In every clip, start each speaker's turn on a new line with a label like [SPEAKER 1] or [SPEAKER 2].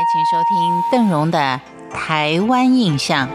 [SPEAKER 1] 请收听邓荣的台湾印象。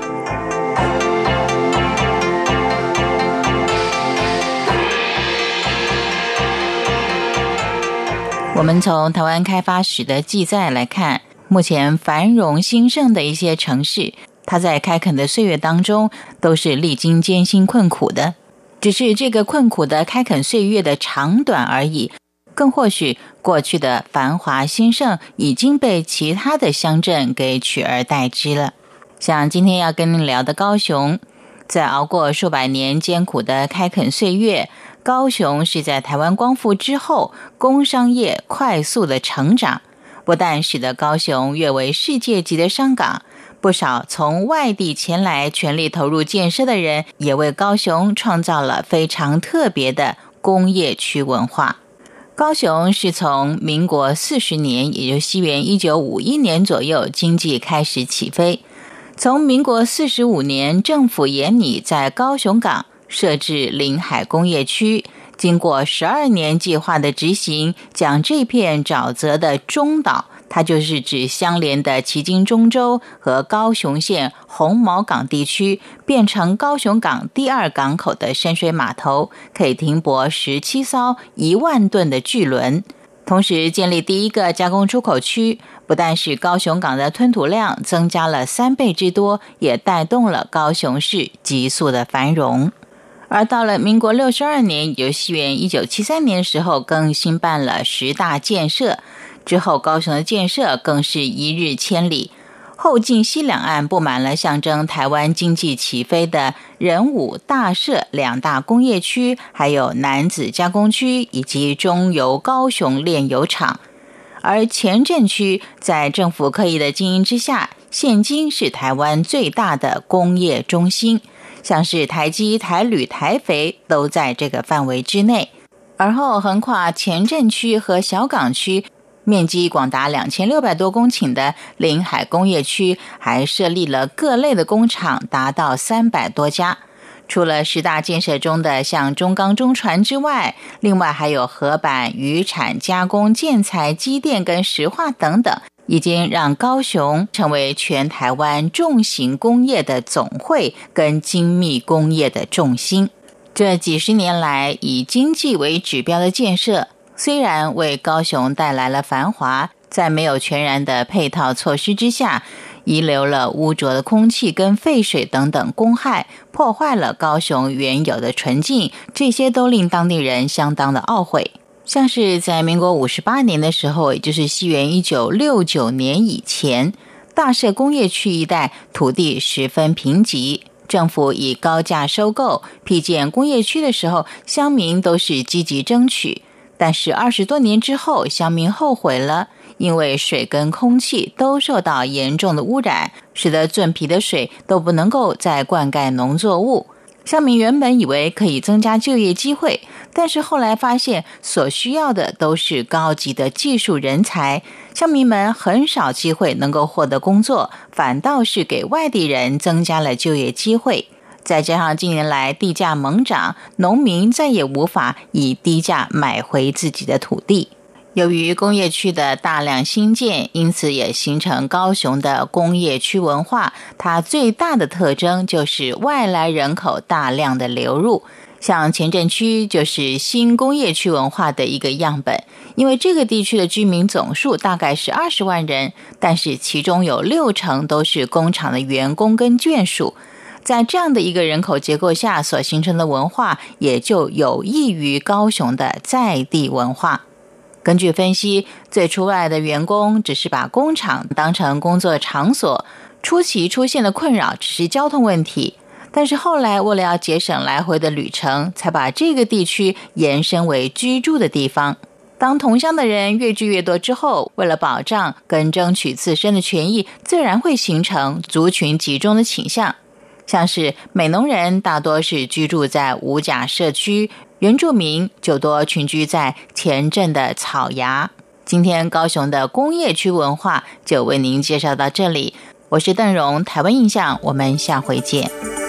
[SPEAKER 1] 我们从台湾开发史的记载来看，目前繁荣兴盛的一些城市，它在开垦的岁月当中都是历经艰辛困苦的，只是这个困苦的开垦岁月的长短而已，更或许过去的繁华兴盛已经被其他的乡镇给取而代之了。像今天要跟您聊的高雄，在熬过数百年艰苦的开垦岁月，高雄是在台湾光复之后工商业快速的成长，不但使得高雄跃为世界级的商港，不少从外地前来全力投入建设的人也为高雄创造了非常特别的工业区文化。高雄是从民国40年，也就是西元1951年左右，经济开始起飞。从民国45年，政府研拟在高雄港设置临海工业区，经过12年计划的执行，将这片沼泽的中岛，它就是指相连的旗津中州和高雄县红毛港地区，变成高雄港第2港口的深水码头，可以停泊17艘1万吨的巨轮。同时建立第1个加工出口区，不但是高雄港的吞吐量增加了3倍之多，也带动了高雄市急速的繁荣。而到了民国62年，也就是西元1973年的时候，更新办了10大建设，之后高雄的建设更是一日千里。后晋西两岸布满了象征台湾经济起飞的仁武、大社2大工业区，还有楠梓加工区以及中油高雄炼油厂。而前镇区在政府刻意的经营之下，现今是台湾最大的工业中心，像是台积、台铝、台肥都在这个范围之内。而后横跨前镇区和小港区，面积广达2600多公顷的临海工业区，还设立了各类的工厂，达到300多家。除了10大建设中的像中钢、中船之外，另外还有河板、渔产、加工、建材、机电跟石化等等，已经让高雄成为全台湾重型工业的总会跟精密工业的重心。这几十年来，以经济为指标的建设，虽然为高雄带来了繁华，在没有全然的配套措施之下，遗留了污浊的空气跟废水等等公害，破坏了高雄原有的纯净，这些都令当地人相当的懊悔。像是在民国58年的时候，也就是西元1969年以前，大社工业区一带土地十分贫瘠，政府以高价收购，辟建工业区的时候，乡民都是积极争取。但是20多年之后，乡民后悔了，因为水跟空气都受到严重的污染，使得圳皮的水都不能够再灌溉农作物。乡民原本以为可以增加就业机会，但是后来发现所需要的都是高级的技术人才，乡民们很少机会能够获得工作，反倒是给外地人增加了就业机会。再加上近年来地价猛涨，农民再也无法以低价买回自己的土地。由于工业区的大量兴建，因此也形成高雄的工业区文化，它最大的特征就是外来人口大量的流入。像前镇区就是新工业区文化的一个样本，因为这个地区的居民总数大概是20万人，但是其中有60%都是工厂的员工跟眷属。在这样的一个人口结构下所形成的文化，也就有益于高雄的在地文化。根据分析，最初来的员工只是把工厂当成工作场所，初期出现的困扰只是交通问题，但是后来为了要节省来回的旅程，才把这个地区延伸为居住的地方。当同乡的人越聚越多之后，为了保障跟争取自身的权益，自然会形成族群集中的倾向。像是美浓人大多是居住在五甲社区，原住民就多群居在前镇的草衙。今天高雄的工业区文化就为您介绍到这里，我是邓荣，台湾印象，我们下回见。